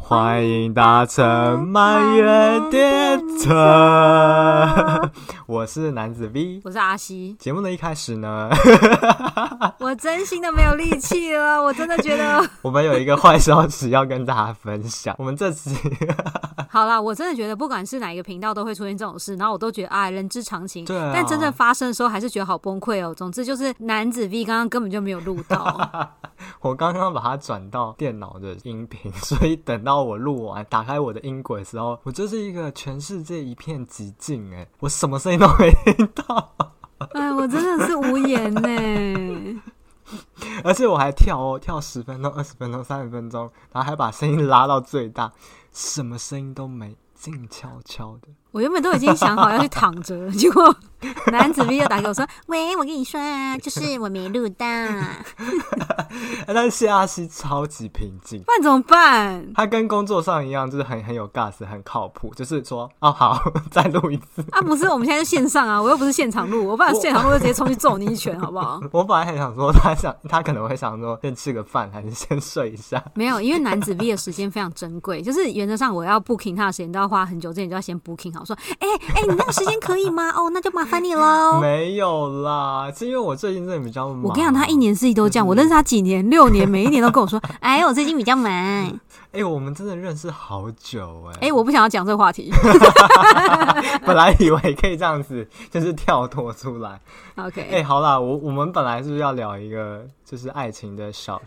欢迎搭乘满月列车。我是男子 V， 我是阿西。 节目的一开始呢， 我真心的没有力气了，我真的觉得我们有一个坏消息要跟大家分享。我们这集好啦，我真的觉得不管是哪一个频道都会出现这种事，然后我都觉得人之常情。 对啊， 但真正发生的时候还是觉得好崩溃哦。总之就是男子 V 刚刚根本就没有录到。 我刚刚把它转到电脑的音频，所以等到我录完打开我的音轨的时候，我就是一个全世界一片寂静，我什么声音都没听到。 我真的是无言呢。 而且我还跳10分钟、20分钟、30分钟，然后还把声音拉到最大，什么声音都没，静悄悄的。 我原本都已经想好要去躺着了，结果男子 V 又打给我说：“喂，我跟你说啊，就是我没录到。” 但是谢阿西超级平静， 不然怎么办？ 他跟工作上一样，就是很有 gas， 很靠谱，就是说好，再录一次。 不是，我们现在是线上啊，我又不是现场录，我不然现场录就直接冲去揍你一拳，好不好？ 我本来很想说，他可能会想说，先吃个饭，还是先睡一下？ 没有，因为男子 V 的时间非常珍贵，就是原则上我要 booking 他的时间都要花很久，之前就要先 booking 好，说，你那个时间可以吗？那就麻烦你咯。 没有啦，是因为我最近真的比较忙。 我跟你讲，他一年四季都这样，我认识他几年，6年，每一年都跟我说，我最近比较忙。 我们真的认识好久我不想要讲这个话题。 本来以为可以这样子，就是跳脱出来。 OK， 好啦，我们本来是不是要聊一个就是爱情的小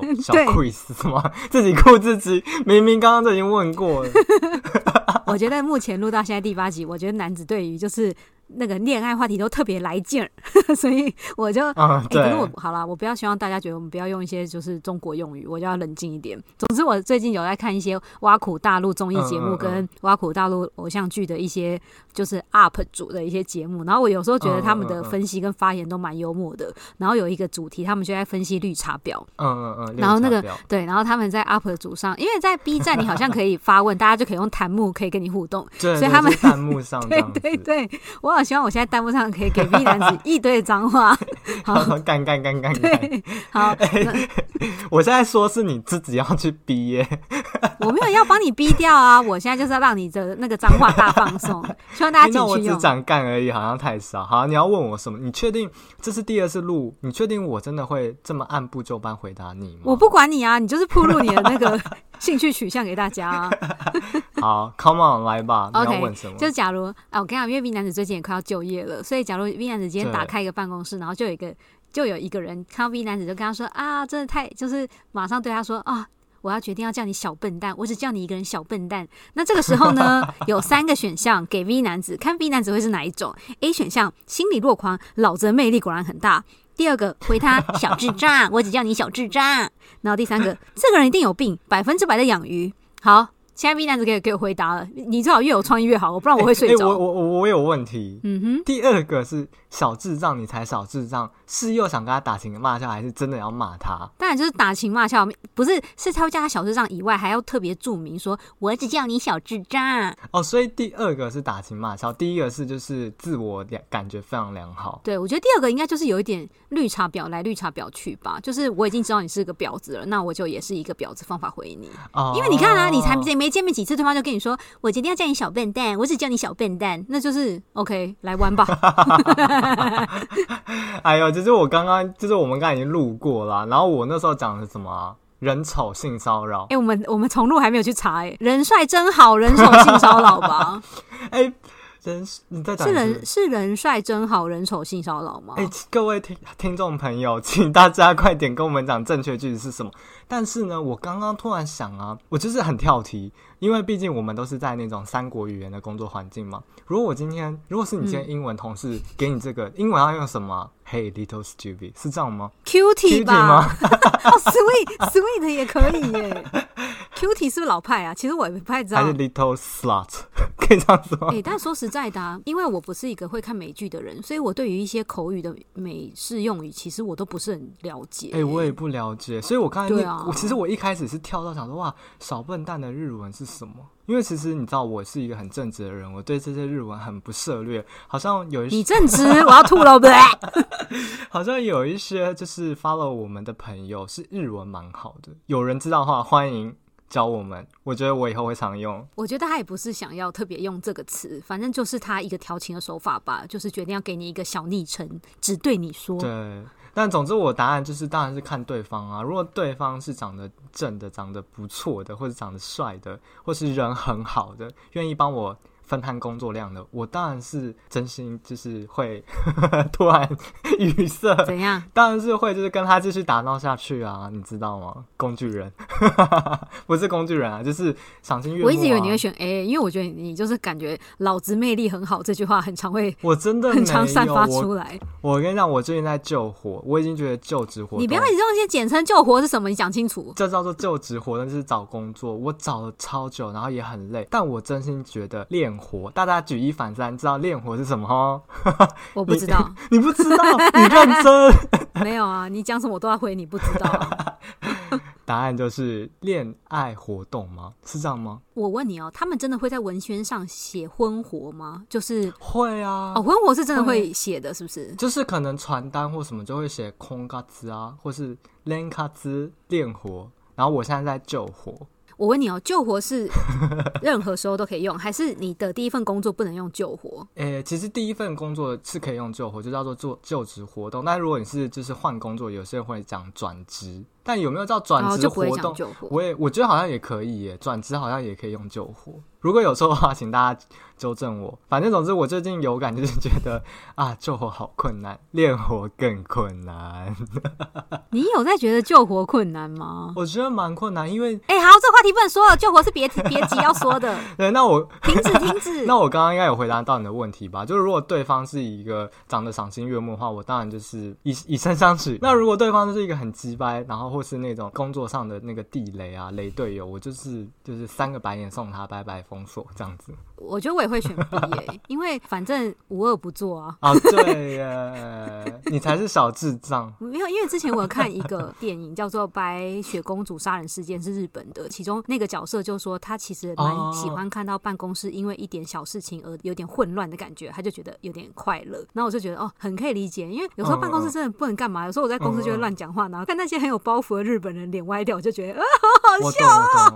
quiz 吗？自己酷自己，明明刚刚都已经问过了。 我觉得目前录到现在第8集，我觉得男子对于就是那个恋爱话题都特别来劲儿，所以我就可是好啦，我不要希望大家觉得我们不要用一些就是中国用语，我就要冷静一点。总之我最近有在看一些挖苦大陆综艺节目跟挖苦大陆偶像剧的一些就是 UP 主的一些节目，然后我有时候觉得他们的分析跟发言都蛮幽默的。然后有一个主题他们就在分析绿茶婊，然后那个对，然后他们在 UP 主上，因为在 B 站你好像可以发问，大家就可以用弹幕可以跟你互动， 对， 所以他们弹幕上对，我好希望我现在弹幕上可以给 V 男子一堆脏话，好干，好。 我现在说是你自己要去逼耶， 我没有要帮你逼掉啊，我现在就是要让你的那个脏话大放送，希望大家继续用。 那我只讲干而已，好像太少。好，你要问我什么？你确定这是第2次录？你确定我真的会这么按部就班回答你吗？ 我不管你啊，你就是暴露你的那个兴趣取向给大家啊。 好 ，Come on， 来吧，你要问什么？ 就是假如我跟你讲，因为 V 男子最近也快要就业了，所以假如 V 男子今天打开一个办公室，然后就有一个人看到 V 男子，就跟他说真的太，就是马上对他说我要决定要叫你小笨蛋，我只叫你一个人小笨蛋。那这个时候呢，有3个选项给 V 男子，看 V 男子会是哪一种。A 选项心里落狂，老子的魅力果然很大。第2个回他小智障，我只叫你小智障。然后第3个，这个人一定有病，100%的养鱼。好，现在 V 男子给我回答了，你最好越有创意越好，不然我会睡着。 我有问题。第2个是小智障，你才小智障，是又想跟他打情骂俏，还是真的要骂他？ 当然就是打情骂俏，不是他会叫他小智障以外，还要特别注明说我只叫你小智障。 所以第2个是打情骂俏，第1个是就是自我感觉非常良好。 对，我觉得第2个应该就是有一点绿茶婊来绿茶婊去吧，就是我已经知道你是个婊子了，那我就也是一个婊子方法回你。因为你看啊，你才没见面几次，对方就跟你说我决定要叫你小笨蛋，我只叫你小笨蛋，那就是 OK， 来玩吧。 就是我们刚才已经录过啦，然后我那时候讲的是什么人丑性骚扰。 我们重录还没有去查人帅真好，人丑性骚扰吧？ 你在讲是人帅真好，人丑性骚扰吗？ 各位听众朋友，请大家快点跟我们讲正确句子是什么。但是呢，我刚刚突然想我就是很跳题，因为毕竟我们都是在那种3国语言的工作环境嘛。如果是你今天英文同事给你这个英文要用什么？Hey little stupid， 是这样吗 ？Cutie 吧？ 吗 ？Sweet 也可以耶。Cutie 是不是老派啊？其实我也不太知道。 还是 little slut 可以这样子吗？ 但说实在的因为我不是一个会看美剧的人，所以我对于一些口语的美式用语，其实我都不是很了解。 我也不了解，所以我刚才其实我一开始是跳到想说，哇，小笨蛋的日文是什么？因为其实你知道我是一个很正直的人，我对这些日文很不涉略，好像有一些你正直，我要吐了， 好像有一些就是 follow 我们的朋友是日文蛮好的，有人知道的话欢迎教我们，我觉得我以后会常用。 我觉得他也不是想要特别用这个词，反正就是他一个调情的手法吧，就是决定要给你一个小昵称，只对你说。 对，但总之我答案就是当然是看对方啊，如果对方是长得正的、长得不错的，或者长得帅的，或是人很好的，愿意帮我分摊工作量的，我当然是真心就是会突然语塞， 怎样？ 当然是会就是跟他继续打闹下去啊，你知道吗？工具人不是工具人啊，就是赏心悦目啊。 我一直以为你会选 A， 因为我觉得你就是感觉老子魅力很好这句话很常会， 我真的很常散发出来。 我跟你讲，我最近在救火，我已经觉得就职活动， 你不要一直用一些简称，救火是什么？你讲清楚。 这叫做就职活动，就是找工作。我找了超久，然后也很累，但我真心觉得练活，大家举一反三，知道练活是什么哦？ 我不知道。 你不知道？你认真？ 没有啊，你讲什么我都要回你不知道啊。 答案就是恋爱活动吗？是这样吗？ 我问你哦，他们真的会在文宣上写婚活吗？就是会啊。 哦，婚活是真的会写的，是不是？ 就是可能传单或什么就会写空卡兹啊，或是练卡兹练活。然后我现在在救火。 我问你哦，救活是任何时候都可以用，还是你的第一份工作不能用救活？ 其实第一份工作是可以用救活，就叫做做就职活动。但如果你是就是换工作，有些人会讲转职，但有没有叫转职活动？ 就不会讲救活。 我觉得好像也可以耶，转职好像也可以用救活。如果有错的话，请大家纠正我。反正总之，我最近有感就是觉得啊，救活好困难，练活更困难。 你有在觉得救活困难吗？ 我觉得蛮困难，因为好，这个话题不能说了，救活是别急要说的。 对，那我停止。 那我刚刚应该有回答到你的问题吧？就是如果对方是一个长得赏心悦目的话，我当然就是以身相许。那如果对方是一个很鸡掰，然后或是那种工作上的那个地雷啊、雷队友，我就是3个白眼送他，拜拜封锁这样子。 我觉得我也会选 B 耶，因为反正无恶不作啊。 哦，对耶，你才是小智障。 没有，因为之前我有看一个电影叫做《白雪公主杀人事件》，是日本的，其中那个角色就说他其实蛮喜欢看到办公室因为一点小事情而有点混乱的感觉，他就觉得有点快乐。然后我就觉得很可以理解，因为有时候办公室真的不能干嘛，有时候我在公司就会乱讲话，然后看那些很有包袱的日本人脸歪掉，我就觉得好好笑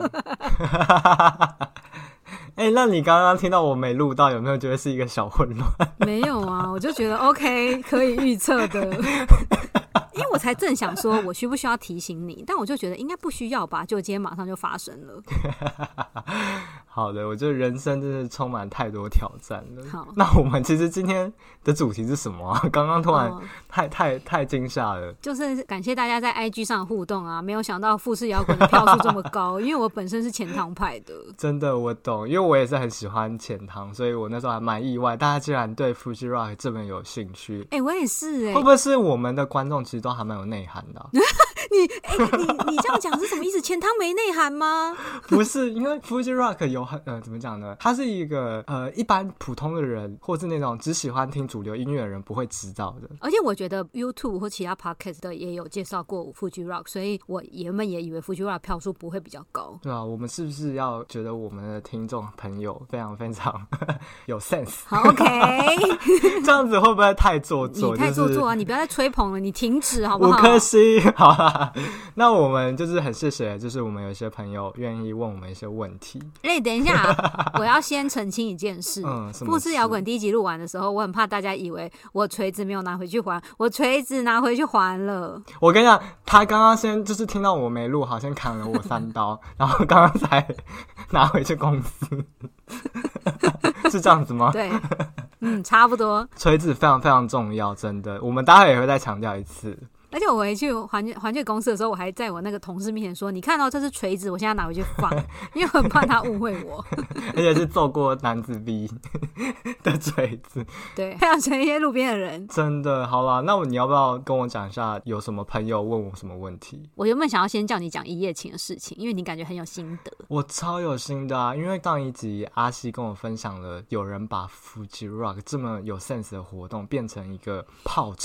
哦。 那你刚刚听到我没录到，有没有觉得是一个小混乱？ 没有啊，我就觉得 OK， 可以预测的。因为我才正想说我需不需要提醒你，但我就觉得应该不需要吧，就今天马上就发生了。 好的，我觉得人生真是充满太多挑战了。 好， 那我们其实今天的主题是什么啊？刚刚突然太惊吓了。 就是感谢大家在 IG 上的互动啊，没有想到富士摇滚的票数这么高，因为我本身是钱塘派的。 真的，我懂，因为我也是很喜欢钱塘，所以我那时候还蛮意外，大家竟然对 Fuji Rock 这么有兴趣。 我也是。 会不会是我们的观众其实都还蛮有内涵的啊？ 你这样讲是什么意思？钱塘没内涵吗？ 不是，因为 Fuji Rock 有怎么讲呢？它是一个一般普通的人，或是那种只喜欢听主流音乐的人不会知道的。 而且我觉得 YouTube 或其他 Podcast 的也有介绍过 Fuji Rock， 所以我原本也以为 Fuji Rock 票数不会比较高。 对啊，我们是不是要觉得我们的听众朋友非常非常有 sense？ 好 OK 这样子会不会太做作？ 你太做作啊！你不要再吹捧了，你停止好不好？ 5颗星，好啦。那我们就是很谢谢，就是我们有一些朋友愿意问我们一些问题。 等一下，我要先澄清一件事。富士摇滚第一集录完的时候，我很怕大家以为我锤子没有拿回去还，我锤子拿回去还了。 我跟你讲，他刚刚先就是听到我没录，好像砍了我3刀，然后刚刚才拿回去公司，是这样子吗？ 对，差不多。 锤子非常非常重要，真的，我们待会也会再强调一次。 而且我回去还去公司的时候，我还在我那个同事面前说：“你看到这是锤子，我现在拿回去放，因为我很怕他误会我。” 而且是揍过男子 B 的锤子， 对，还有锤一些路边的人。 真的，好啦，那你要不要跟我讲一下，有什么朋友问我什么问题？ 我原本想要先叫你讲一夜情的事情，因为你感觉很有心得。 我超有心得啊，因为上一集阿西跟我分享了，有人把 Fuji Rock 这么有 sense 的活动变成一个炮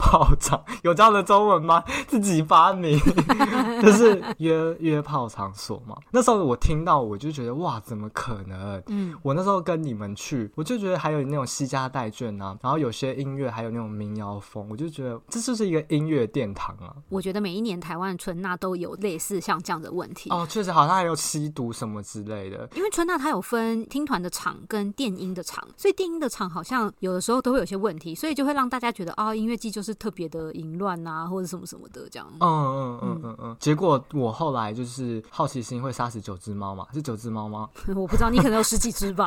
炮场，有这样的中文吗？自己发明。就是约炮场所嘛。那时候我听到我就觉得哇，怎么可能？我那时候跟你们去，我就觉得还有那种西家带眷啊，然后有些音乐还有那种民谣风，我就觉得这就是一个音乐殿堂啊。 我觉得每一年台湾的春吶都有类似像这样的问题哦，确实好像还有吸毒什么之类的。 因为春吶它有分听团的场跟电音的场，所以电音的场好像有的时候都会有些问题，所以就会让大家觉得音乐季就是特别的淫乱啊，或者什么什么的这样。 结果我后来就是好奇心会杀死9只猫嘛，是9只猫吗？ 我不知道，你可能有10几只吧。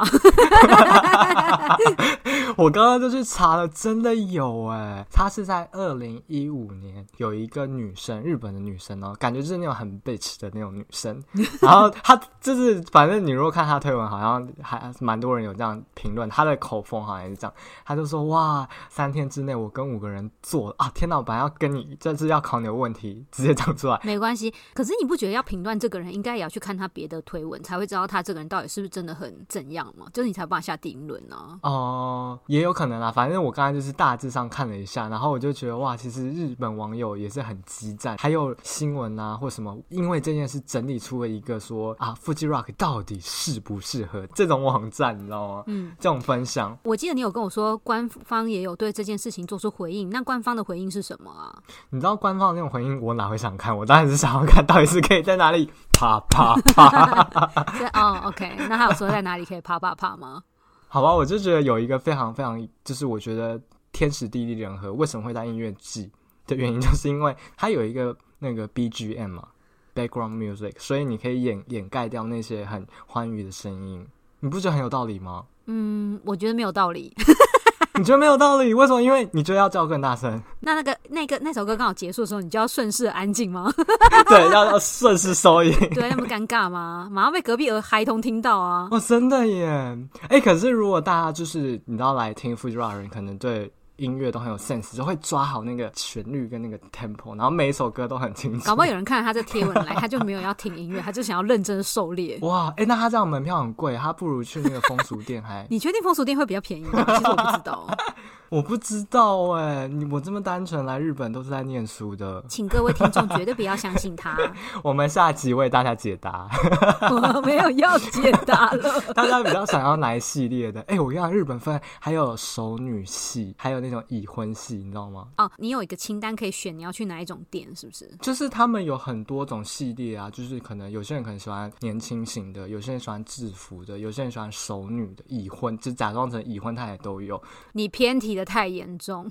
我刚刚就去查了，真的有她是在2015年有一个女生，日本的女生哦，感觉就是那种很 bitch 的那种女生。然后她就是反正你如果看她推文，好像还蛮多人有这样评论，她的口风好像也是这样。她就说哇，3天之内我跟5个人做啊！天哪，我本来要跟你就是要考你的问题，直接讲出来。 没关系，可是你不觉得要评断这个人，应该也要去看他别的推文，才会知道他这个人到底是不是真的很怎样嘛？就是你才有办法下定论啊。 也有可能啦。反正我刚才就是大致上看了一下，然后我就觉得哇，其实日本网友也是很激战，还有新闻啊或什么，因为这件事整理出了一个说啊，Fuji Rock 到底适不适合这种网站，你知道吗？这种分享。 我记得你有跟我说，官方也有对这件事情做出回应，那官方的回应是什么啊？ 你知道官方的那种回应，我哪会想看？我当然是想要看到底是可以在哪里啪啪啪。 OK， 那他有说在哪里可以啪啪啪吗？ 好吧，我就觉得有一个非常非常，就是我觉得天时地利人和，为什么会在音乐季的原因，就是因为它有一个那个 BGM 嘛 ，background music， 所以你可以掩盖掉那些很欢愉的声音。你不觉得很有道理吗？ 我觉得没有道理。 你觉得没有道理？为什么？因为你觉得要叫更大声。 那首歌刚好结束的时候，你就要顺势安静吗？ 对，要顺势收音。 对，那么尴尬吗？马上被隔壁孩童听到啊！ 真的耶！可是如果大家就是你知道来听 Fuji Rock 的人，可能对音乐都很有 sense， 就会抓好那个旋律跟那个 tempo， 然后每一首歌都很清楚。 搞不好有人看了他这贴文来，他就没有要听音乐，他就想要认真狩猎。 哇，那他这样门票很贵，他不如去那个风俗店还。 你确定风俗店会比较便宜吗？其实我不知道。 我不知道我这么单纯来日本都是在念书的， 请各位听众绝对不要相信他。 我们下集为大家解答。 我没有要解答了。 大家比较想要哪一系列的？我跟你讲，日本分还有熟女系，还有那种已婚系，你知道吗？ 你有一个清单可以选，你要去哪一种店，是不是？ 就是他们有很多种系列啊，就是可能有些人可能喜欢年轻型的，有些人喜欢制服的，有些人喜欢熟女的，已婚就假装成已婚，他也都有。 你偏题的太严重。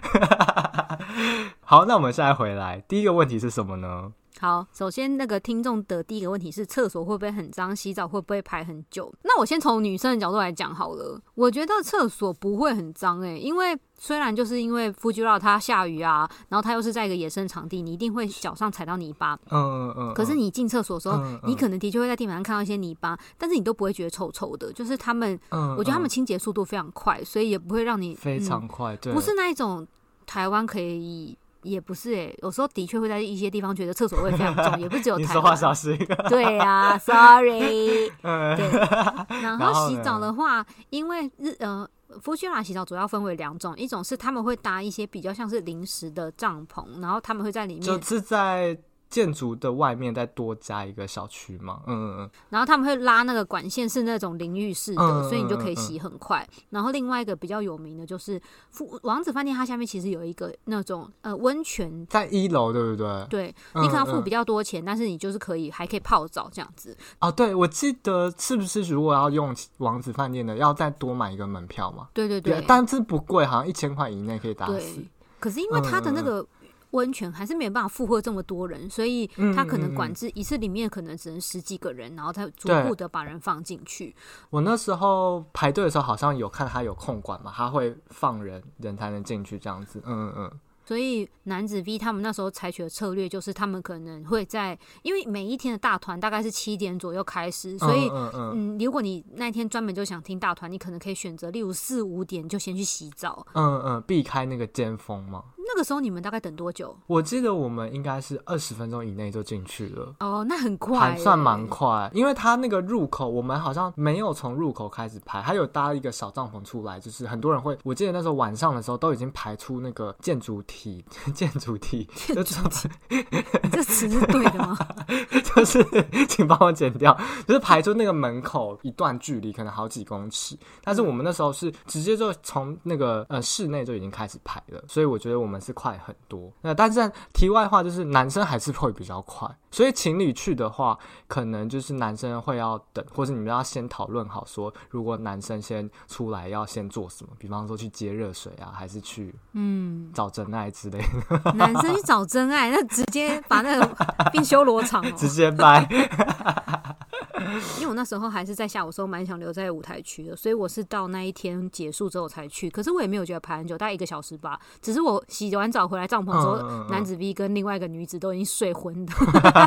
好，那我们现在回来，第一个问题是什么呢？ 好，首先那个听众的第一个问题是厕所会不会很脏，洗澡会不会排很久？那我先从女生的角度来讲好了。我觉得厕所不会很脏因为虽然就是因为 Fuji Rock 它下雨啊，然后它又是在一个野生场地，你一定会脚上踩到泥巴。可是你进厕所的时候，你可能的确会在地板上看到一些泥巴，但是你都不会觉得臭臭的。就是他们，我觉得他们清洁速度非常快，所以也不会让你非常快，对， 不是那一种台湾可以。也不是有时候的确会在一些地方觉得厕所味非常重，也不是只有台湾。 你说话小心。 对啊 ，sorry。对，然后洗澡的话，因为Fuji Rock 洗澡主要分为2种，一种是他们会搭一些比较像是临时的帐篷，然后他们会在里面， 就是在建筑的外面再多加一个小区嘛， 然后他们会拉那个管线是那种淋浴式的，所以你就可以洗很快。然后另外一个比较有名的就是王子饭店，它下面其实有一个那种温泉， 在1楼，对不对？ 对，你可能要付比较多钱，但是你就是还可以泡澡这样子。 对，我记得是不是如果要用王子饭店的，要再多买一个门票嘛？ 对对对， 但是不贵，好像1000块以内可以打死。 可是因为它的那个温泉还是没有办法负荷这么多人，所以他可能管制一次里面可能只能10几个人，然后他逐步的把人放进去。 我那时候排队的时候好像有看他有控管嘛，他会放人才能进去这样子。 所以男子 V 他们那时候采取的策略就是他们可能会因为每一天的大团大概是7点左右开始，所以如果你那天专门就想听大团，你可能可以选择例如4、5点就先去洗澡， 避开那个尖峰嘛。 那个时候你们大概等多久？ 我记得我们应该是20分钟以内就进去了。 哦，那很快， 还算蛮快，因为他那个入口我们好像没有从入口开始排，还有搭一个小帐篷出来，就是很多人会，我记得那时候晚上的时候都已经排出那个建筑体你这词是对的吗？ 就是请帮我剪掉，就是排出那个门口一段距离，可能好几公尺，但是我们那时候是直接就从那个室内就已经开始排了，所以我觉得我们是快很多。但是题外话就是男生还是会比较快，所以情侣去的话可能就是男生会要等，或是你们要先讨论好说，如果男生先出来要先做什么，比方说去接热水啊，还是去找真爱之类的。 男生去找真爱，那直接把那个变修罗场直接掰。 因为我那时候还是在下午的时候蛮想留在舞台区的，所以我是到那一天结束之后才去。可是我也没有觉得排很久，大概1个小时吧。只是我洗完澡回来帐篷之后，男子 V 跟另外一个女子都已经睡昏的。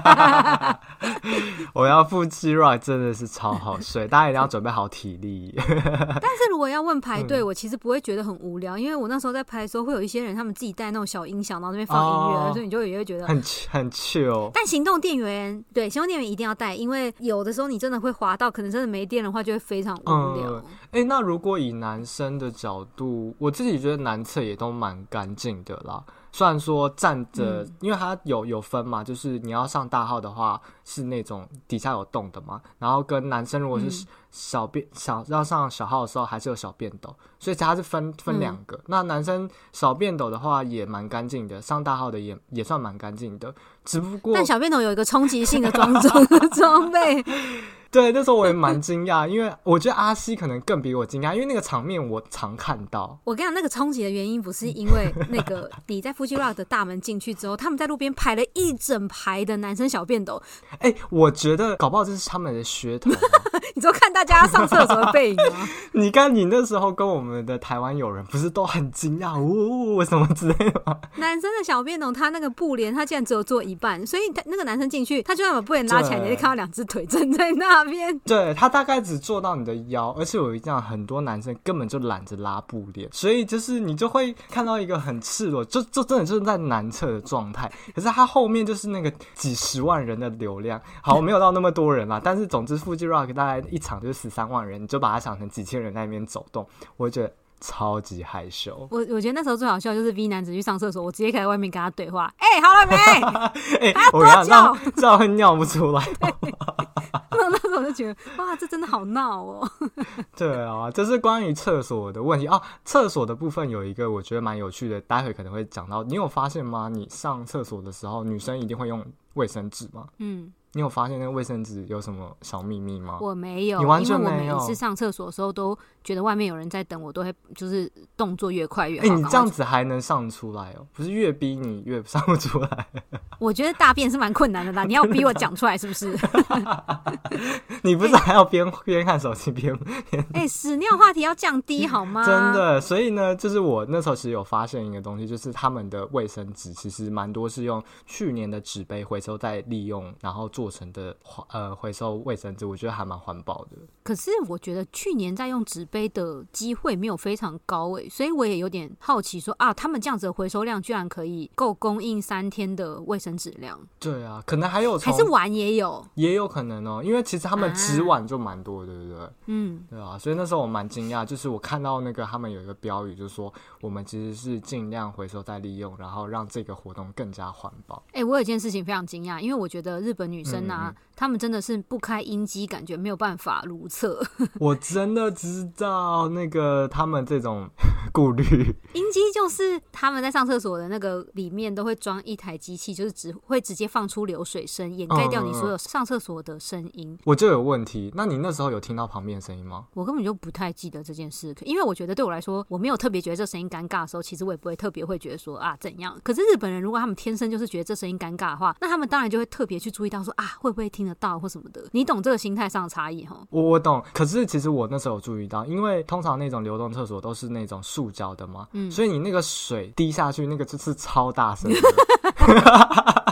我要付G-Rock 真的是超好睡，大家一定要准备好体力。 但是如果要问排队，我其实不会觉得很无聊，因为我那时候在排的时候，会有一些人他们自己带那种小音响，然后那边放音乐，所以你就也会觉得很 chill。 但行动电源一定要带，因为有的时候你真的会滑到，可能真的没电的话，就会非常无聊。 那如果以男生的角度，我自己觉得男厕也都蛮干净的啦。虽然说站着，因为它有分嘛，就是你要上大号的话是那种底下有洞的嘛，然后跟男生如果是要上小号的时候还是有小便斗，所以它是分2个。那男生小便斗的话也蛮干净的，上大号的也算蛮干净的，只不过但小便斗有一个冲击性的装备。 对，那时候我也蛮惊讶，因为我觉得阿西可能更比我惊讶，因为那个场面我常看到。 我跟你讲，那个冲击的原因不是因为那个你在 Fuji Rock 的大门进去之后，他们在路边排了一整排的男生小便斗。 我觉得搞不好这是他们的噱头。 你就看大家上厕所的背影吗？ 你看你那时候跟我们的台湾友人不是都很惊讶什么之类的吗？ 男生的小便斗他那个布帘他竟然只有做一半，所以那个男生进去他就算把布帘拉起来，你会看到2只腿站在那边。 对，他大概只做到你的腰，而且我一样很多男生根本就懒着拉布帘，所以就是你就会看到一个很赤裸，就真的就是在男厕的状态。可是他后面就是那个几10万人的流量，好，没有到那么多人啦，但是总之Fuji Rock大概一场就是13万人，你就把它想成几千人在那边走动，我觉得超级害羞。 我觉得那时候最好笑就是 V 男子去上厕所，我直接可以在外面跟他对话。好了没？ 我跟你讲，这样会尿不出来。 那时候我就觉得哇，这真的好闹哦。 对啊，这是关于厕所的问题啊。厕所的部分有一个我觉得蛮有趣的，待会可能会讲到。你有发现吗？你上厕所的时候，女生一定会用卫生纸吗？你有发现那个卫生纸有什么小秘密吗？ 我没有， 你完全没有。 因为我每次上厕所的时候都觉得外面有人在等我，都会就是动作越快越好。 你这样子还能上出来哦？不是越逼你越上不出来？ 我觉得大便是蛮困难的啦，你要逼我讲出来是不是？ 你不是还要边看手机边屎尿话题要降低好吗？ 真的，所以呢，就是我那时候其实有发现一个东西，就是他们的卫生纸其实蛮多是用去年的纸杯回收再利用，然后做成的回收卫生纸，我觉得还蛮环保的。 可是我觉得去年在用纸杯的机会没有非常高所以我也有点好奇说他们这样子的回收量居然可以够供应3天的卫生纸量。 对啊，可能还有还是碗也有可能因为其实他们纸碗就蛮多的，对不对？对啊，所以那时候我蛮惊讶，就是我看到那个他们有一个标语，就是说我们其实是尽量回收再利用，然后让这个活动更加环保。 我有一件事情非常惊讶，因为我觉得日本女生他们真的是不开阴机，感觉没有办法如厕。 我真的知道那个他们这种顾虑。 阴机就是他们在上厕所的那个里面都会装一台机器，就是会直接放出流水声，掩盖掉你所有上厕所的声音。 我就有问题，那你那时候有听到旁边的声音吗？ 我根本就不太记得这件事，因为我觉得对我来说，我没有特别觉得这声音尴尬的时候，其实我也不会特别会觉得说怎样。可是日本人如果他们天生就是觉得这声音尴尬的话，那他们当然就会特别去注意到说会不会听得到或什么的。你懂这个心态上的差异齁？我懂，可是其实我那时候有注意到，因为通常那种流动厕所都是那种塑胶的嘛，所以你那个水滴下去，那个就是超大声的。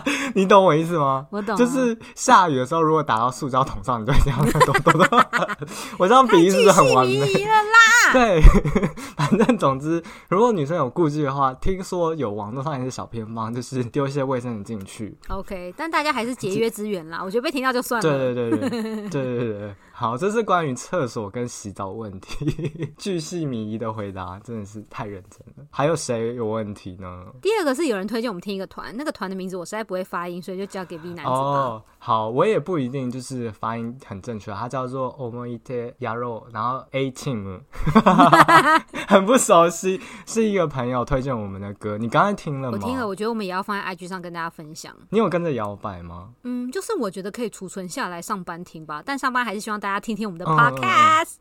你懂我意思吗？ 我懂、啊， 就是下雨的时候，如果打到塑胶桶上，你就会这样我这样比喻是不是很完美？ 太巨细靡遗了啦。 对，反正总之，如果女生有顾忌的话，听说有网络上也是小偏方，就是丢一些卫生纸进去。 OK， 但大家还是节约资源啦。我觉得被听到就算了。 对。好，这是关于厕所跟洗澡问题，巨细靡遗的回答，真的是太认真了。还有谁有问题呢？ 第二个是有人推荐我们听一个团，那个团的名字我实在不会发音，所以就交给 V 男子吧。 哦，好，我也不一定就是发音很正确，它叫做 Omoite Yaro， 然后 A Team， 很不熟悉，是一个朋友推荐我们的歌。你刚才听了吗？ 我听了，我觉得我们也要放在 IG 上跟大家分享。 你有跟着摇摆吗？ 就是我觉得可以储存下来上班听吧，但上班还是希望大家听听我们的 podcast。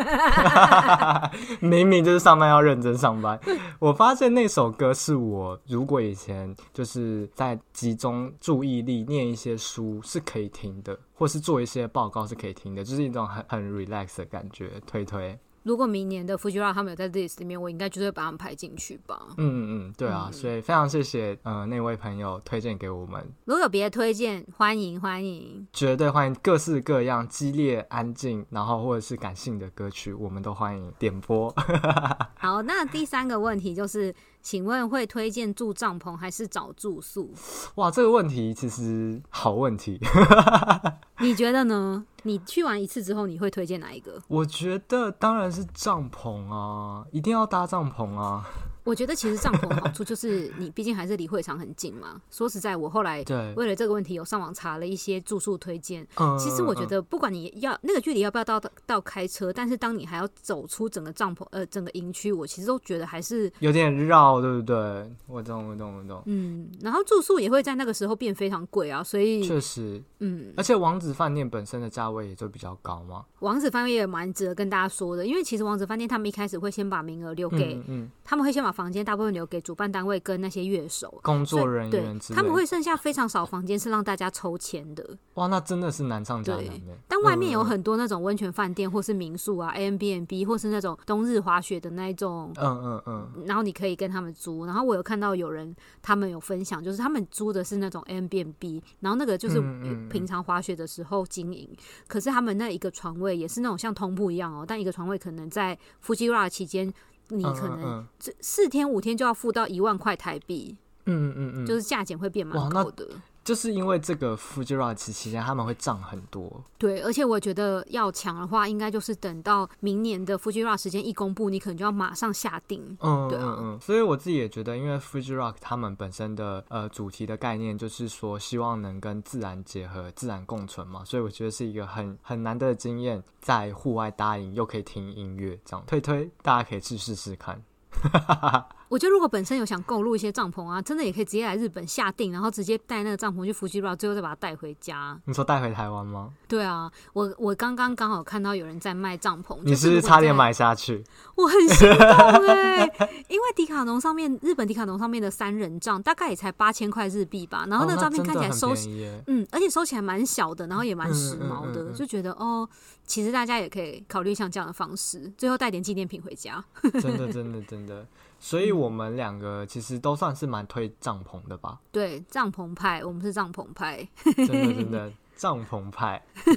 明明就是上班要认真上班。我发现那首歌是我如果以前就是在集中注意力念一些书是可以听的，或是做一些报告是可以听的，就是一种很 relax 的感觉。推如果明年的 Fujiwara 他们有在 list 里面，我应该就会把他们排进去吧。 对啊，所以非常谢谢那位朋友推荐给我们。 如果有别的推荐，欢迎， 绝对欢迎各式各样激烈、安静，然后或者是感性的歌曲，我们都欢迎点播。 好，那第三个问题就是，请问会推荐住帐篷还是找住宿？ 哇，这个问题其实好问题。 你觉得呢？你去完一次之后，你会推荐哪一个？ 我觉得当然是帐篷啊，一定要搭帐篷啊。 我觉得其实帐篷好处就是你毕竟还是离会场很近嘛。说实在，我后来为了这个问题有上网查了一些住宿推荐。其实我觉得不管你要那个距离要不要到开车，但是当你还要走出整个帐篷整个营区，我其实都觉得还是有点绕，对不对？我懂。 然后住宿也会在那个时候变非常贵啊，所以确实，而且王子饭店本身的价位也就比较高嘛。 王子饭店也蛮值得跟大家说的，因为其实王子饭店他们一开始会先把名额留给，他们会先把房间大部分留给主办单位跟那些乐手、 工作人员之类的， 他们会剩下非常少房间是让大家抽签的。 哇，那真的是难上加难耶。 但外面有很多那种温泉饭店或是民宿啊、Airbnb 或是那种冬日滑雪的那一种，然后你可以跟他们租。然后我有看到有人他们有分享，就是他们租的是那种 Airbnb， 然后那个就是平常滑雪的时候经营，可是他们那一个床位也是那种像通铺一样哦，但一个床位可能在 Fujiwara 期间。你可能4天5天就要付到1万块台币，就是价钱会变蛮高的。 就是因为这个 Fujiwara 期间他们会涨很多。 对，而且我觉得要抢的话，应该就是等到明年的 Fujiwara 时间一公布，你可能就要马上下定。对啊。 所以我自己也觉得，因为 Fujiwara 他们本身的主题的概念就是说，希望能跟自然结合、自然共存嘛，所以我觉得是一个很难得的经验，在户外搭营又可以听音乐，这样推大家可以去试试看。 我觉得如果本身有想购入一些帐篷啊，真的也可以直接来日本下定，然后直接带那个帐篷去 Fujiwara， 最后再把它带回家。 你说带回台湾吗？ 对啊，我刚好看到有人在卖帐篷， 你是不是差点买下去？ 我很心动因为迪卡侬上面日本迪卡侬上面的3人帐大概也才8000块日币吧，然后那个照片看起来而且收起来蛮小的，然后也蛮时髦的，就觉得其实大家也可以考虑像这样的方式，最后带点纪念品回家。 真的。所以我们2个其实都算是蛮推帐篷的吧？ 对，帐篷派，我们是帐篷派。 真的帐篷派。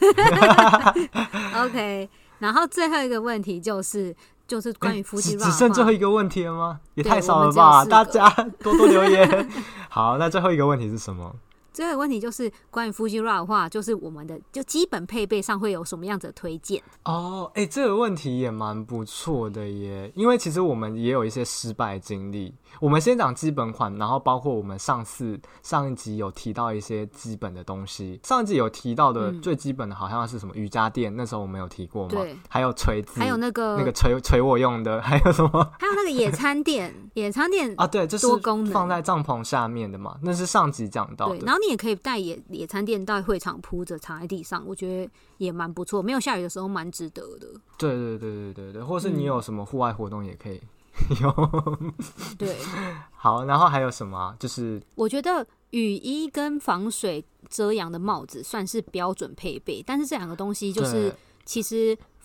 OK， 然后最后一个问题就是关于Fujiwara， 只剩最后一个问题了吗？也太少了吧！大家多留言。好，那最后一个问题是什么？ 最后一个问题就是关于 Fujiwara 的话，就是我们的就基本配备上会有什么样子的推荐？ 这个问题也蛮不错的耶，因为其实我们也有一些失败经历。我们先讲基本款，然后包括我们上一集有提到一些基本的东西。上一集有提到的最基本的好像是什么瑜伽垫，那时候我们有提过嘛？对，还有锤子， 还有那个锤我用的，还有什么？ 还有那个野餐垫， 啊，对，就是放在帐篷下面的嘛，那是上集讲到的。 对，然后你也可以带野餐垫到会场铺着躺在地上，我觉得也蛮不错，没有下雨的时候蛮值得的。 对，或是你有什么户外活动也可以用。 对， 好，然后还有什么啊？就是我觉得雨衣跟防水遮阳的帽子算是标准配备，但是这2个东西就是其实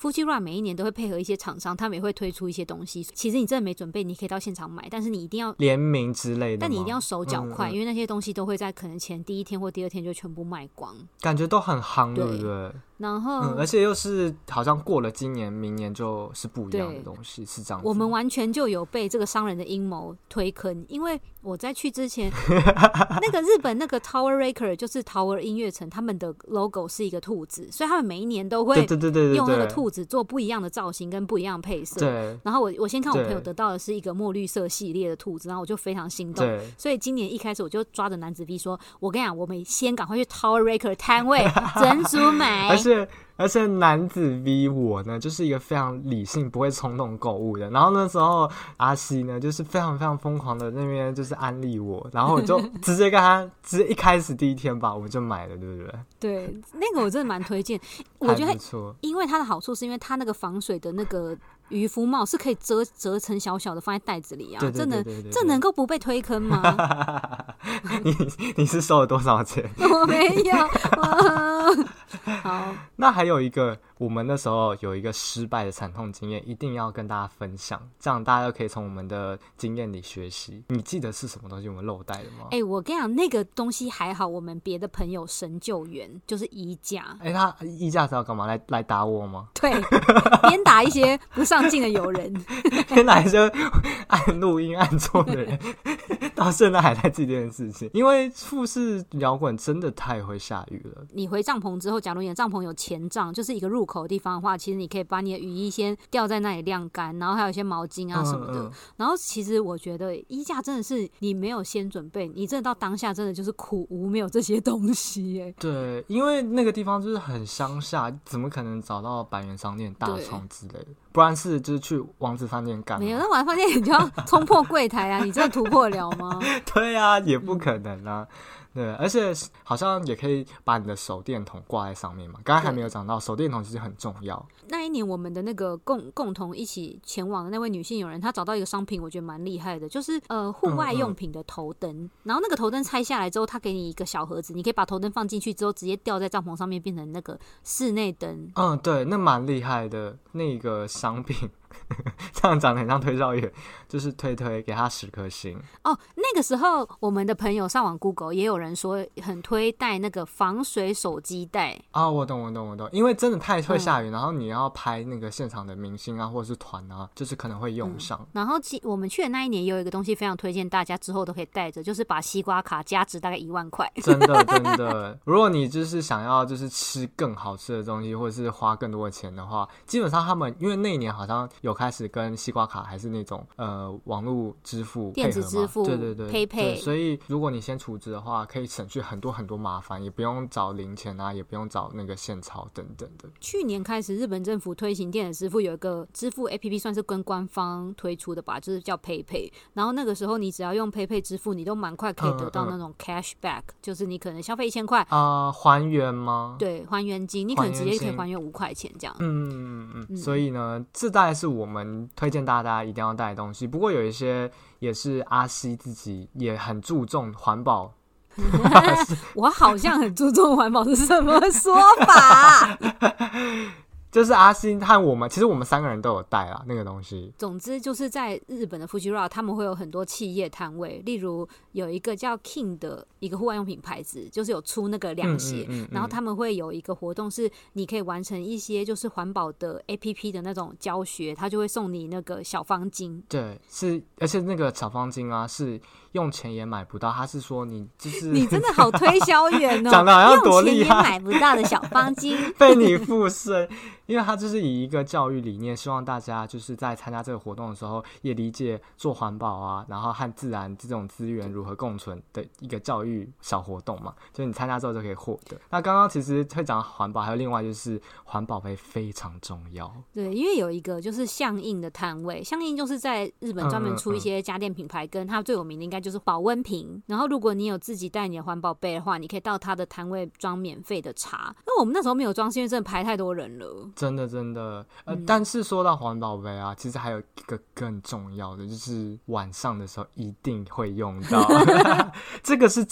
Fujiwara 每一年都会配合一些厂商，他们也会推出一些东西。其实你真的没准备，你可以到现场买，但是你一定要联名之类的， 但你一定要手脚快，因为那些东西都会在可能前第一天或第二天就全部卖光， 感觉都很夯，对不对？ 然后而且又是好像过了今年明年就是不一样的东西，是这样子。 我们完全就有被这个商人的阴谋推坑，因为我在去之前那个日本那个 Tower Record 就是 Tower 音乐城，他们的 logo 是一个兔子，所以他们每一年都会用那个兔子做不一样的造型跟不一样的配色。 对， 然后我先看我朋友得到的是一个墨绿色系列的兔子，然后我就非常心动，所以今年一开始我就抓着男子 V 说，我跟你讲，我们先赶快去 Tower Record 摊位整组买。 而且男子 V 我呢就是一个非常理性不会冲动购物的，然后那时候阿西呢就是非常非常疯狂的那边就是安利我，然后我就直接跟他直接一开始第一天吧我们就买了，对不对？ 对，那个我真的蛮推荐，我觉得因为它的好处是因为它那个防水的那个渔夫帽是可以折成小小的放在袋子里啊，这能够不被推坑吗？ 你是收了多少钱？ 我没有。好， 那还有一个，我们那时候有一个失败的惨痛经验，一定要跟大家分享，这样大家都可以从我们的经验里学习。你记得是什么东西我们漏带的吗？ 我跟你讲，那个东西还好，我们别的朋友神救援就是衣架。 他衣架是要干嘛？来打我吗？ 对，鞭打一些不上进的友人， 鞭打一些按录音按错的人，到现在还在记这件事情。因为富士摇滚真的太会下雨了。 你回帐篷之后，假如你的帐篷有前帐，就是一个入口的地方的话，其实你可以把你的雨衣先吊在那里晾干，然后还有一些毛巾啊什么的。然后其实我觉得衣架真的是你没有先准备，你真的到当下真的就是苦无没有这些东西耶。 对，因为那个地方就是很乡下，怎么可能找到百元商店、大创之类的？不然是就是去王子饭店干？ 没有，那王子饭店你就要冲破柜台啊！你真的突破了吗？ 对啊，也不可能啊。对，而且好像也可以把你的手电筒挂在上面嘛。刚才还没有讲到，手电筒其实很重要。 那一年我们的那个共同一起前往的那位女性友人，她找到一个商品，我觉得蛮厉害的，就是户外用品的头灯。然后那个头灯拆下来之后，它给你一个小盒子，你可以把头灯放进去之后，直接吊在帐篷上面，变成那个室内灯。对， 那蛮厉害的那个商品。这样讲得很像推销员，就是推给他10颗星哦。那个时候我们的朋友上网 Google 也有人说很推带那个防水手机袋啊。我懂，因为真的太会下雨，然后你要拍那个现场的明星啊或者是团啊，就是可能会用上。 然后我们去的那一年也有一个东西非常推荐大家之后都可以带着，就是把西瓜卡加值大概1万块。 真的，如果你就是想要就是吃更好吃的东西，或者是花更多的钱的话，基本上他们因为那一年好像有开始跟西瓜卡还是那种网络支付配合嘛， 电子支付， 对 PayPay， 所以如果你先储值的话，可以省去很多麻烦，也不用找零钱啊，也不用找那个现钞等等的。 去年开始，日本政府推行电子支付，有一个支付 APP 算是跟官方推出的吧，就是叫 PayPay。然后那个时候你只要用 PayPay 支付，你都蛮快可以得到那种 cashback，就是你可能消费1000块还原吗？ 对，还原金，你可能直接可以还原5块钱这样。 所以呢，这大概是我们推荐大家一定要带的东西。不过有一些也是阿西自己也很注重环保。 我好像很注重环保是什么说法？ 就是阿星和我们，其实我们3个人都有带啦那个东西。 总之就是在日本的 Fujiwara 他们会有很多企业摊位，例如有一个叫 King 的一个户外用品牌子，就是有出那个凉鞋，然后他们会有一个活动是你可以完成一些就是环保的 APP 的那种教学，他就会送你那个小方巾。 对，是，而且那个小方巾啊是用钱也买不到，他是说你就是你真的好推销员哦， 讲得好像多厉害， 用钱也买不到的小方巾被你附身。因为他就是以一个教育理念，希望大家就是在参加这个活动的时候，也理解做环保啊，然后和自然这种资源如何共存的一个教育小活动嘛。就是你参加之后就可以获得。那刚刚其实会讲环保，还有另外就是环保杯非常重要。 对，因为有一个就是相应的摊位，相应就是在日本专门出一些家电品牌，跟它最有名的应该就是保温瓶。然后如果你有自己带你的环保杯的话，你可以到它的摊位装免费的茶。那我们那时候没有装，是因为真的排太多人了。 真的，但是说到环保杯啊，其实还有一个更重要的，就是晚上的时候一定会用到。这个是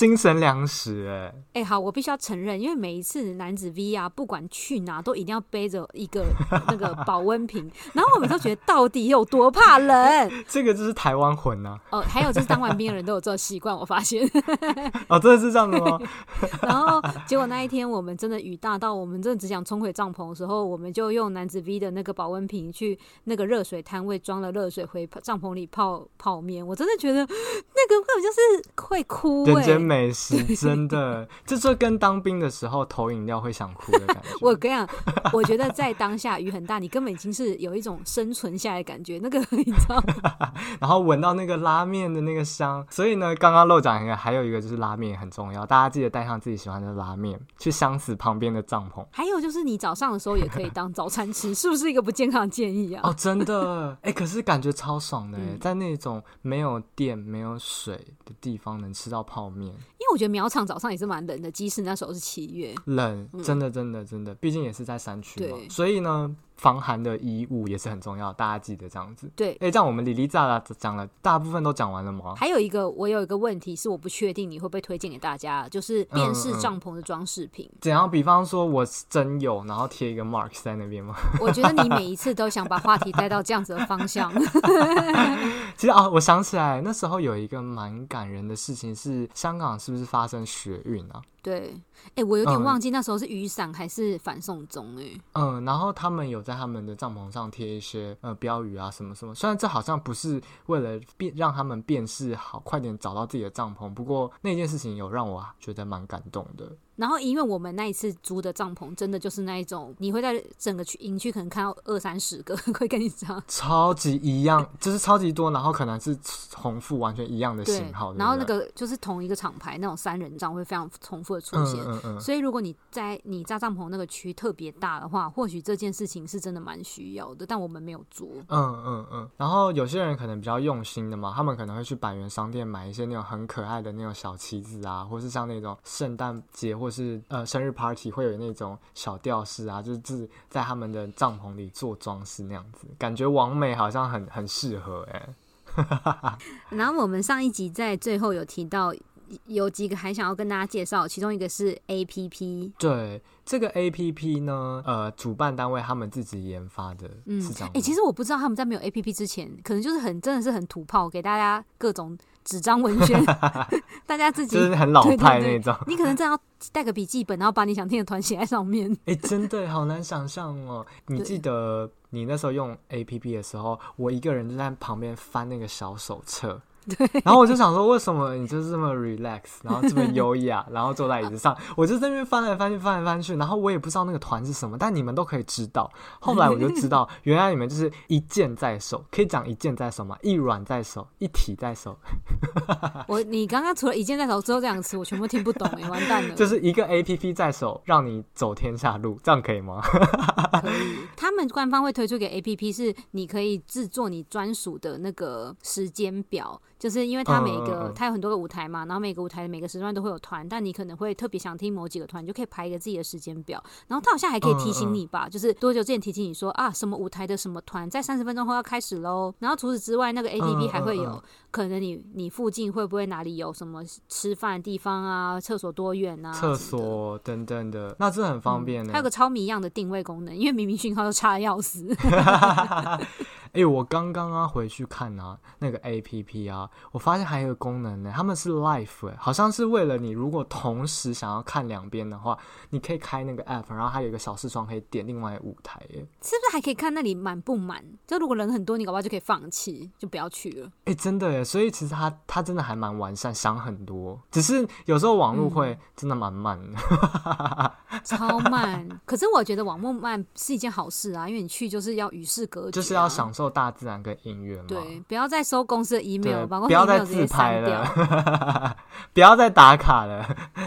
精神粮食好，我必须要承认，因为每一次男子 V 啊，不管去哪都一定要背着一个那个保温瓶，然后我们都觉得到底有多怕冷。 这个就是台湾魂啊。 还有就是当完兵的人都有这个习惯，我发现。 真的是这样的吗？ 然后结果那一天我们真的雨大到我们真的只想冲回帐篷的时候，我们就用男子 V 的那个保温瓶去那个热水摊位装了热水回帐篷里泡面。我真的觉得那个根本就是会哭人间美食，真的这就跟当兵的时候投饮料会想哭的感觉。 我跟你讲，我觉得在当下雨很大，你根本已经是有一种生存下来的感觉，那个你知道吗？ 然后闻到那个拉面的那个香，所以呢，刚刚漏讲一个，还有一个就是拉面很重要，大家记得带上自己喜欢的拉面去相思旁边的帐篷。 还有就是你早上的时候也可以当早餐吃，是不是一个不健康的建议啊？ 真的可是感觉超爽的在那种没有电没有水的地方能吃到泡面。 因为我觉得苗场早上也是蛮冷的，即使那时候是7月， 冷，真的真的真的，毕竟也是在山区嘛，所以呢防寒的衣物也是很重要，大家记得这样子。 对， 这样我们哩哩喳喳讲了大部分都讲完了吗？ 还有一个，我有一个问题是我不确定你会不会推荐给大家，就是辨识帐篷的装饰品。 怎样？比方说我真有，然后贴一个 mark 在那边吗？ 我觉得你每一次都想把话题带到这样子的方向。 其实我想起来那时候有一个蛮感人的事情，是香港是不是发生学运啊？ 对，我有点忘记那时候是雨伞还是反送中然后他们有在他们的帐篷上贴一些标语啊什么什么，虽然这好像不是为了让他们辨识好快点找到自己的帐篷，不过那件事情有让我觉得蛮感动的。 然后因为我们那一次租的帐篷真的就是那一种你会在整个营区可能看到20-30个会跟你讲超级一样，就是超级多，然后可能是重复完全一样的型号， 然后那个就是同一个厂牌那种3人帐会非常重复的出现，所以如果你在帐篷那个区特别大的话，或许这件事情是真的蛮需要的，但我们没有做。 然后有些人可能比较用心的嘛，他们可能会去百元商店买一些那种很可爱的那种小旗子啊，或是像那种圣诞节或是生日 party 会有那种小吊饰啊，就是在他们的帐篷里做装饰那样子，感觉网美好像很适合然后我们上一集在最后有提到有几个还想要跟大家介绍，其中一个是 APP。 对，这个 APP 呢主办单位他们自己研发的，是这样其实我不知道他们在没有 APP 之前可能就是真的是很土炮，给大家各种纸张文宣大家自己就是很老派那种， 你可能真的要带个笔记本，然后把你想听的团写在上面。 真的好难想象哦。你记得你那时候用 APP 的时候，我一个人就在旁边翻那个小手册，对，然后我就想说为什么你就是这么 relax 然后这么优雅然后坐在椅子上，我就在那边翻来翻去翻来翻去，然后我也不知道那个团是什么，但你们都可以知道。后来我就知道原来你们就是一剑在手，可以讲一剑在手吗？一软在手，一体在手。 你刚刚除了一剑在手之后这两个词我全部听不懂完蛋了。 就是一个 APP 在手让你走天下路，这样可以吗？ 可以，他们官方会推出给 APP 是你可以制作你专属的那个时间表，就是因为它它有很多个舞台嘛，然后每个舞台的每个时段都会有团，但你可能会特别想听某几个团，你就可以排一个自己的时间表，然后它好像还可以提醒你吧，就是多久之前提醒你说什么舞台的什么团在30分钟后要开始咯。然后除此之外那个 APP 还会有可能你附近会不会哪里有什么吃饭的地方啊，厕所多远啊， 厕所等等的，那这很方便。 还有个超迷一样的定位功能，因为明明讯号都差得要死。 我刚刚回去看那个 APP 我发现还有一个功能他们是 Live 好像是为了你如果同时想要看两边的话，你可以开那个 App， 然后还有一个小视窗可以点另外舞台是不是还可以看那里满不满？就如果人很多，你搞不好就可以放弃，就不要去了。 真的耶，所以其实它真的还蛮完善，想很多，只是有时候网络会真的蛮慢的。 超慢。可是我觉得网络慢是一件好事因为你去就是要与世隔绝就是要享受大自然跟音乐嘛。 对，不要再收公司的 email， 把公司不要 email 再自拍了直接删掉不要再打卡了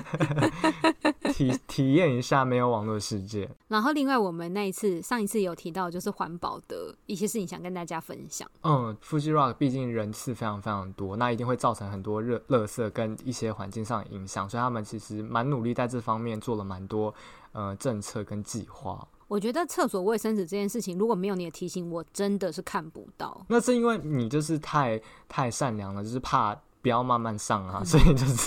体验一下没有网络世界。 然后另外我们上一次有提到就是环保的一些事情想跟大家分享。 Fuji Rock 毕竟人次非常非常多，那一定会造成很多垃圾跟一些环境上的影响，所以他们其实蛮努力在这方面做了蛮多政策跟计划。 我觉得厕所卫生纸这件事情如果没有你的提醒我真的是看不到。 那是因为你就是太善良了，就是怕不要慢慢上所以就是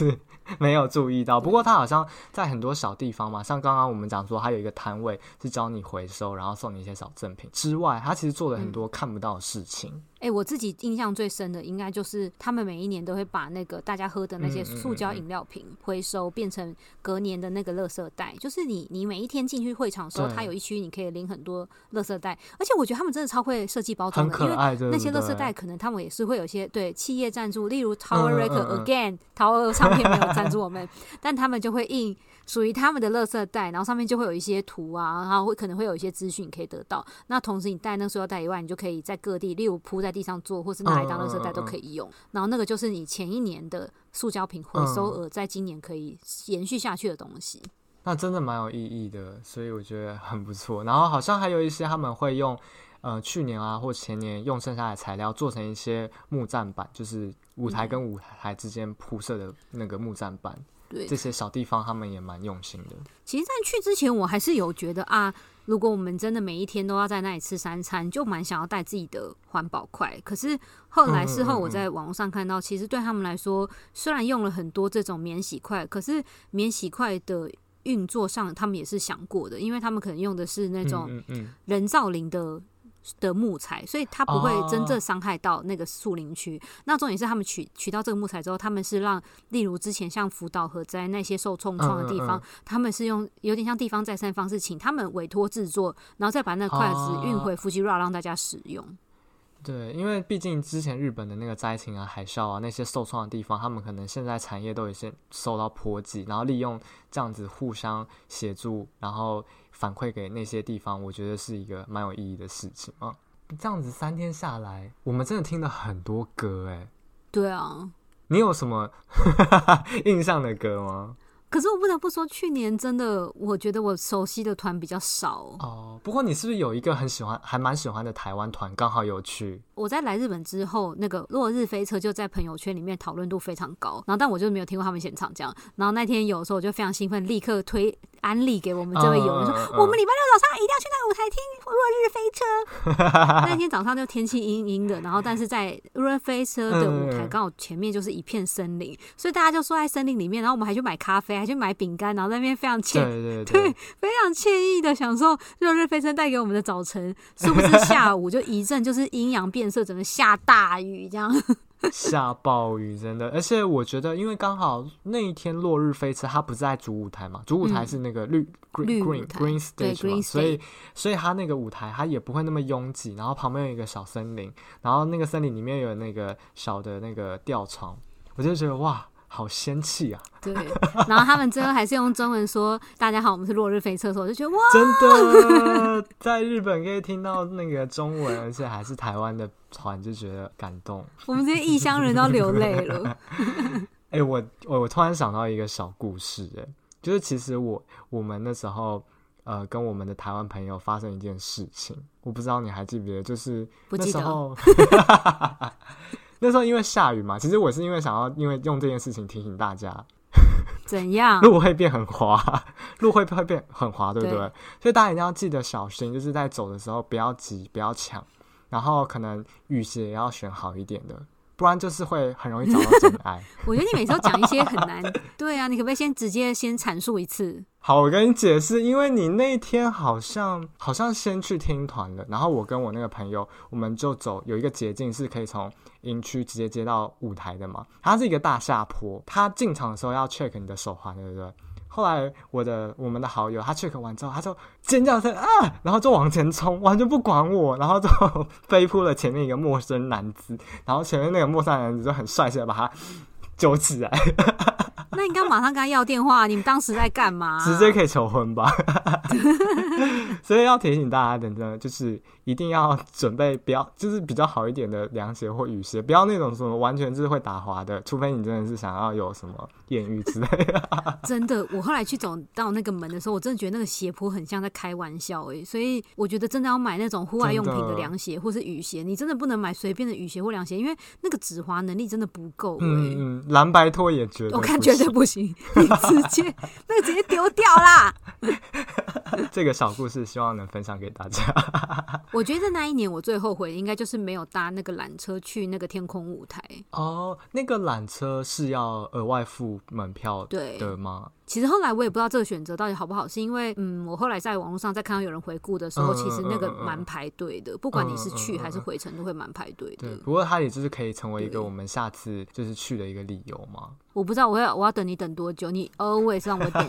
没有注意到。不过他好像在很多小地方嘛，像刚刚我们讲说他有一个摊位是教你回收，然后送你一些小赠品之外，他其实做了很多看不到的事情。 我自己印象最深的应该就是他们每一年都会把那个大家喝的那些塑胶饮料瓶回收变成隔年的那个垃圾袋，就是你每一天进去会场的时候，它有一区你可以领很多垃圾袋，而且我觉得他们真的超会设计包装的， 很可爱， 因为那些垃圾袋可能他们也是会有一些对企业赞助，例如 Tower Record Again Tower 唱片没有赞助我们但他们就会印属于他们的垃圾袋，然后上面就会有一些图啊，然后可能会有一些资讯可以得到。那同时你带那个塑料袋以外，你就可以在各地，例如铺在地上做，或是拿来当垃圾袋都可以用。然后那个就是你前一年的塑胶瓶回收额，在今年可以延续下去的东西。 那真的蛮有意义的，所以我觉得很不错。然后好像还有一些他们会用去年啊或前年用剩下的材料做成一些木栈板，就是舞台跟舞台之间铺设的那个木栈板。对，这些小地方他们也蛮用心的。 其实在去之前我还是有觉得啊，如果我们真的每一天都要在那里吃3餐，就蛮想要带自己的环保筷。可是后来事后我在网络上看到，其实对他们来说，虽然用了很多这种免洗筷，可是免洗筷的运作上他们也是想过的，因为他们可能用的是那种人造林的木材，所以它不会真正伤害到那个树林区。那重点是他们取到这个木材之后，他们是让例如之前像福岛核灾那些受重创的地方，他们是用有点像地方再生的方式，请他们委托制作，然后再把那个筷子运回福吉拉让大家使用。 对，因为毕竟之前日本的那个灾情啊、海啸啊那些受创的地方，他们可能现在产业都已经受到波及，然后利用这样子互相协助，然后反馈给那些地方，我觉得是一个蛮有意义的事情啊。这样子3天下来，我们真的听了很多歌欸。 对啊， 你有什么印象的歌吗？ 可是我不得不说，去年真的，我觉得我熟悉的团比较少哦。不过你是不是有一个很喜欢，还蛮喜欢的台湾团，刚好有去？ 我在来日本之后，那个落日飞车就在朋友圈里面讨论度非常高，然后但我就没有听过他们现场这样。然后那天有的时候我就非常兴奋，立刻安利给我们这位友人说，我们礼拜六早上一定要去那个舞台听落日飞车。那天早上就天气阴阴的，然后但是在落日飞车的舞台刚好前面就是一片森林，所以大家就坐在森林里面，然后我们还去买咖啡，还去买饼干，然后在那边非常对非常惬意的享受落日飞车带给我们的早晨。殊不知下午就一阵就是阴阳变色，整个下大雨这样。 下暴雨真的，而且我觉得因为刚好那一天落日飞车它不是在主舞台嘛，主舞台是那个green stage 嘛，所以它那个舞台它也不会那么拥挤，然后旁边有一个小森林，然后那个森林里面有那个小的那个吊床，我就觉得哇好仙气啊。 对，然后他们最后还是用中文说大家好我们是落日飞车的时候，我就觉得哇真的在日本可以听到那个中文，而且还是台湾的团，就觉得感动， 我们这些异乡人都流泪了。 我突然想到一个小故事，就是其实我们那时候跟我们的台湾朋友发生一件事情，我不知道你还记不记得，就是那时候那时候因为下雨嘛，其实我是因为想要用这件事情提醒大家怎样路会变很滑，路会变很滑，对不对？所以大家一定要记得小心，就是在走的时候不要急不要抢，然后可能雨鞋也要选好一点的，不然就是会很容易找到真爱。 我觉得你每次都讲一些很难对啊，你可不可以直接阐述一次？ 好，我跟你解释，因为你那天好像先去听团了，然后我跟我那个朋友，我们就走有一个捷径是可以从营区直接接到舞台的嘛，它是一个大下坡，他进场的时候要 check 你的手环，对不对？后来我们的好友他 check 完之后，他就尖叫声啊，然后就往前冲，完全不管我，然后就飞扑了前面一个陌生男子，然后前面那个陌生男子就很帅气的把他揪起来。 那你刚马上跟他要电话，你们当时在干嘛？ 直接可以求婚吧。所以要提醒大家的呢，就是一定要准备就是比较好一点的凉鞋或雨鞋，不要那种什么完全就是会打滑的，除非你真的是想要有什么艳遇之类的。 真的，我后来去走到那个门的时候，我真的觉得那个斜坡很像在开玩笑所以我觉得真的要买那种户外用品的凉鞋或是雨鞋，你真的不能买随便的雨鞋或凉鞋，因为那个止滑能力真的不够蓝白拖也绝对不行， 我看绝对不行，你直接丢掉啦。 这个小故事希望能分享给大家。 我觉得那一年我最后悔的应该就是没有搭那个缆车去那个天空舞台。 哦，那个缆车是要额外付门票的吗？ 其实后来我也不知道这个选择到底好不好，是因为我后来在网络上再看到有人回顾的时候，其实那个蛮排队的，不管你是去还是回程都会蛮排队的。 对，不过它也就是可以成为一个我们下次就是去的一个理由嘛。 我不知道我要等你等多久，你 always 让我等。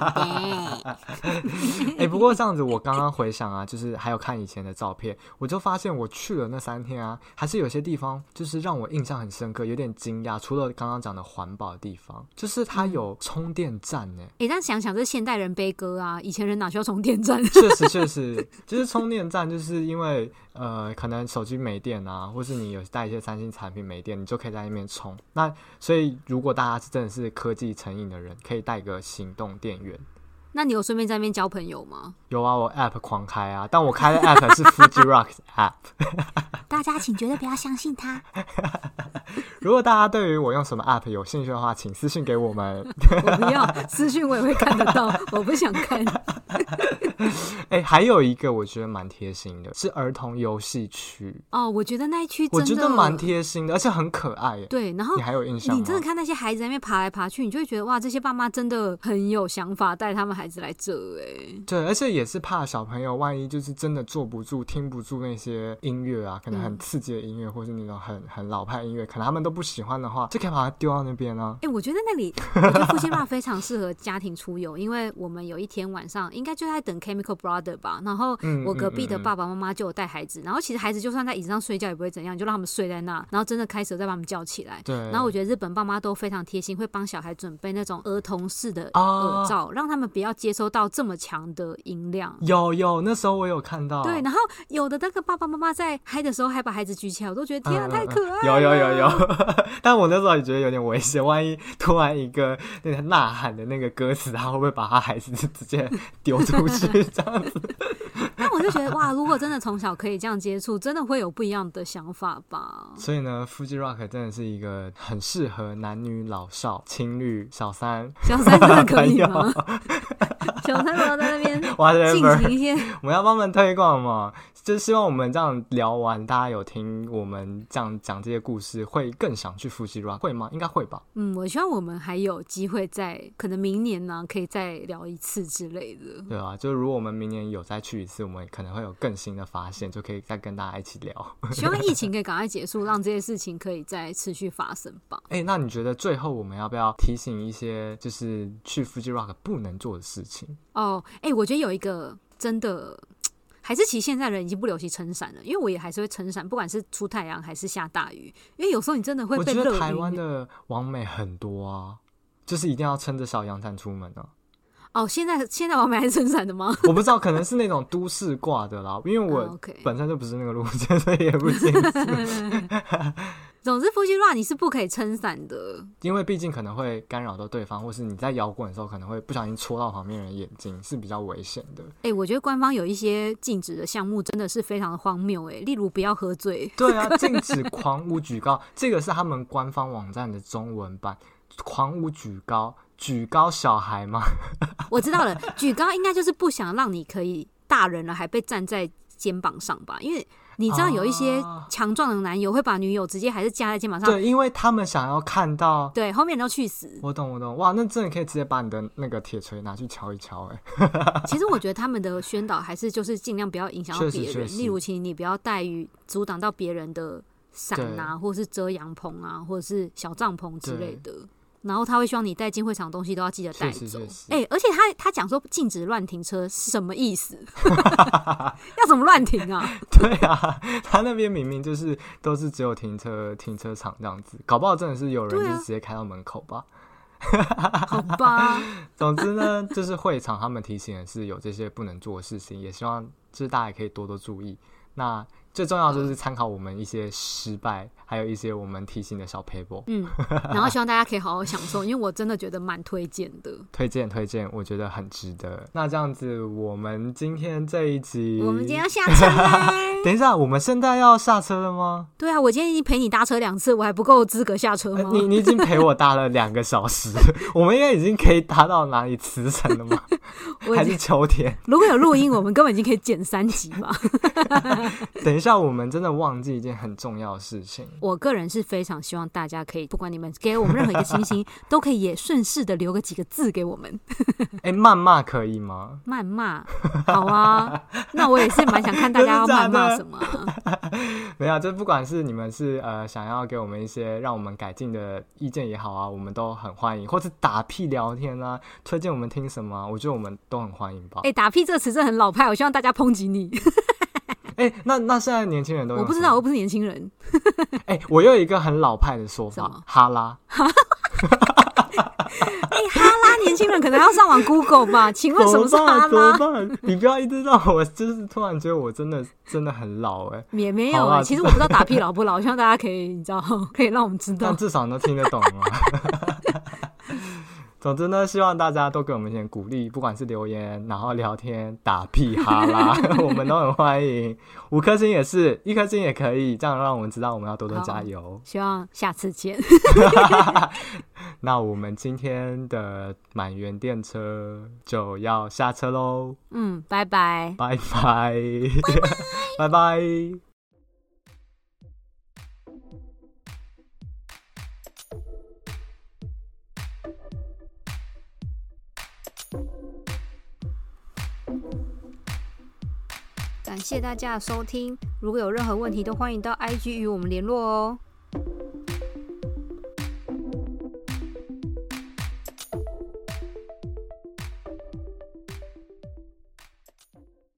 不过这样子我刚刚回想啊，就是还有看以前的照片，我就发现我去了那3天啊，还是有些地方就是让我印象很深刻，有点惊讶。除了刚刚讲的环保的地方，就是它有充电站呢。 但想想这是现代人悲歌啊，以前人哪需要充电站？ 确实，就是充电站，就是因为可能手机没电啊，或是你有带一些3星产品没电，你就可以在那边充。那所以如果大家真的是科技成瘾的人，可以带个行动电源。 那你有顺便在那边交朋友吗？ 有啊，我 app 狂开啊，但我开的 app 是 Fuji Rock app。 大家请绝对不要相信他。 如果大家对于我用什么 app 有兴趣的话，请私讯给我们。 我不要私讯，我也会看得到，我不想看。 还有一个我觉得蛮贴心的，是儿童游戏区。 哦，我觉得那一区真的， 我觉得蛮贴心的，而且很可爱耶。 对，然后你还有印象吗？ 你真的看那些孩子在那边爬来爬去，你就会觉得哇，这些爸妈真的很有想法，带他们孩子来这。 对，而且也是怕小朋友万一就是真的坐不住、听不住那些音乐啊，可能很刺激的音乐，或是那种很老派音乐，可能他们都不喜欢的话，就可以把它丢到那边啊。 我觉得那里，我觉得Fuji Rock非常适合家庭出游，因为我们有一天晚上应该就在等 Chemical Brother 吧，然后我隔壁的爸爸妈妈就有带孩子，然后其实孩子就算在椅子上睡觉也不会怎样，你就让他们睡在那，然后真的开始再把他们叫起来。 对。 然后我觉得日本爸妈都非常贴心，会帮小孩准备那种儿童式的耳罩，让他们不要接收到这么强的音量。 有，那时候我有看到。 对，然后有的那个爸爸妈妈在嗨的时候还把孩子举起来，我都觉得天啊，太可爱了。 有。但我那时候也觉得有点危险，万一突然一个那个呐喊的那个歌词，他会不会把他孩子直接丢出去这样子？ 但我就觉得哇，如果真的从小可以这样接触，真的会有不一样的想法吧。 所以呢 Fuji Rock 真的是一个很适合男女老少、情侣、小三真的可以吗？小三都在那边进行一些我们要帮他们推广嘛，就希望我们这样聊完，大家有听我们这样讲这些故事，会更想去 Fuji Rock， 会吗？应该会吧。 我希望我们还有机会在可能明年呢，可以再聊一次之类的。 对啊，就如果我们明年有再去一次，我们可能会有更新的发现，就可以再跟大家一起聊。 希望疫情可以赶快结束，让这些事情可以再持续发生吧。 那你觉得最后我们要不要提醒一些就是去 Fuji Rock 不能做的事情？ 我觉得有一个真的还是其实现在人已经不流行撑伞了，因为我也还是会撑伞，不管是出太阳还是下大雨，因为有时候你真的会被热晕。 我觉得台湾的网美很多啊，就是一定要撑着小阳伞出门啊。 现在网美还是撑伞的吗？ 我不知道，可能是那种都市挂的啦，因为我本身就不是那个路线，所以也不清楚。 总之 Fuji Rock 你是不可以撑伞的， 因为毕竟可能会干扰到对方，或是你在摇滚的时候可能会不小心戳到旁边人的眼睛，是比较危险的。 我觉得官方有一些禁止的项目真的是非常的荒谬，例如不要喝醉。 对啊，禁止狂舞举高，这个是他们官方网站的中文版。狂舞举高小孩吗？我知道了，举高应该就是不想让你可以大人了还被站在肩膀上吧，因为你知道有一些强壮的男友会把女友直接还是架在肩膀上。 对，因为他们想要看到。 对，后面人都去死。 我懂。哇，那真的可以直接把你的那个铁锤拿去敲一敲其实我觉得他们的宣导还是就是尽量不要影响到别人，例如请你不要带雨阻挡到别人的伞啊，或者是遮阳棚啊，或者是小帐篷之类的。然后他会希望你带进会场的东西都要记得带走。而且他讲说禁止乱停车是什么意思？要怎么乱停啊？ 对啊，他那边明明就是都是只有停车场这样子，搞不好真的是有人就直接开到门口吧。 好吧。 总之呢，就是会场他们提醒的是有这些不能做的事情，也希望就是大家也可以多多注意。那最重要就是参考我们一些失败，还有一些我们提醒的小 paper。 然后希望大家可以好好享受，因为我真的觉得蛮推荐的。 推荐，我觉得很值得。那这样子，我们今天这一集， 我们今天要下车啦。 等一下，我们现在要下车了吗？对啊，我今天已经陪你搭车2次，我还不够资格下车吗？ 你已经陪我搭了2个小时，我们应该已经可以搭到哪里？茨城了吗？还是秋田？ 如果有录音，我们根本已经可以剪3集吧。 等一下，我们真的忘记一件很重要的事情。 我个人是非常希望大家可以，不管你们给我们任何一个星星，都可以也顺势的留个几个字给我们。 谩骂可以吗？ 谩骂，好啊。那我也是蛮想看大家要谩骂什么没有，就不管是你们是想要给我们一些让我们改进的意见也好啊，我们都很欢迎，或是打屁聊天啊，推荐我们听什么啊，我觉得我们都很欢迎吧。 打屁这个词真的很老派，我希望大家抨击你。 那现在年轻人都我不知道，我不是年轻人。 我有一个很老派的说法，哈拉。 哈拉年轻人可能要上网 Google 吧？请问什么是哈拉？ 怎么办？你不要一直让我就是突然觉得我真的很老也没有其实我不知道打屁老不老，希望大家可以你知道可以让我们知道， 但至少能听得懂嘛。总之呢，希望大家都给我们一些鼓励，不管是留言，然后聊天、打屁哈拉，我们都很欢迎。5颗星也是，1颗星也可以，这样让我们知道我们要多多加油。 希望下次见。 那我们今天的满园电车就要下车喽。 拜拜， 拜拜，拜拜。 感谢大家的收听，如果有任何问题都欢迎到 IG 与我们联络哦。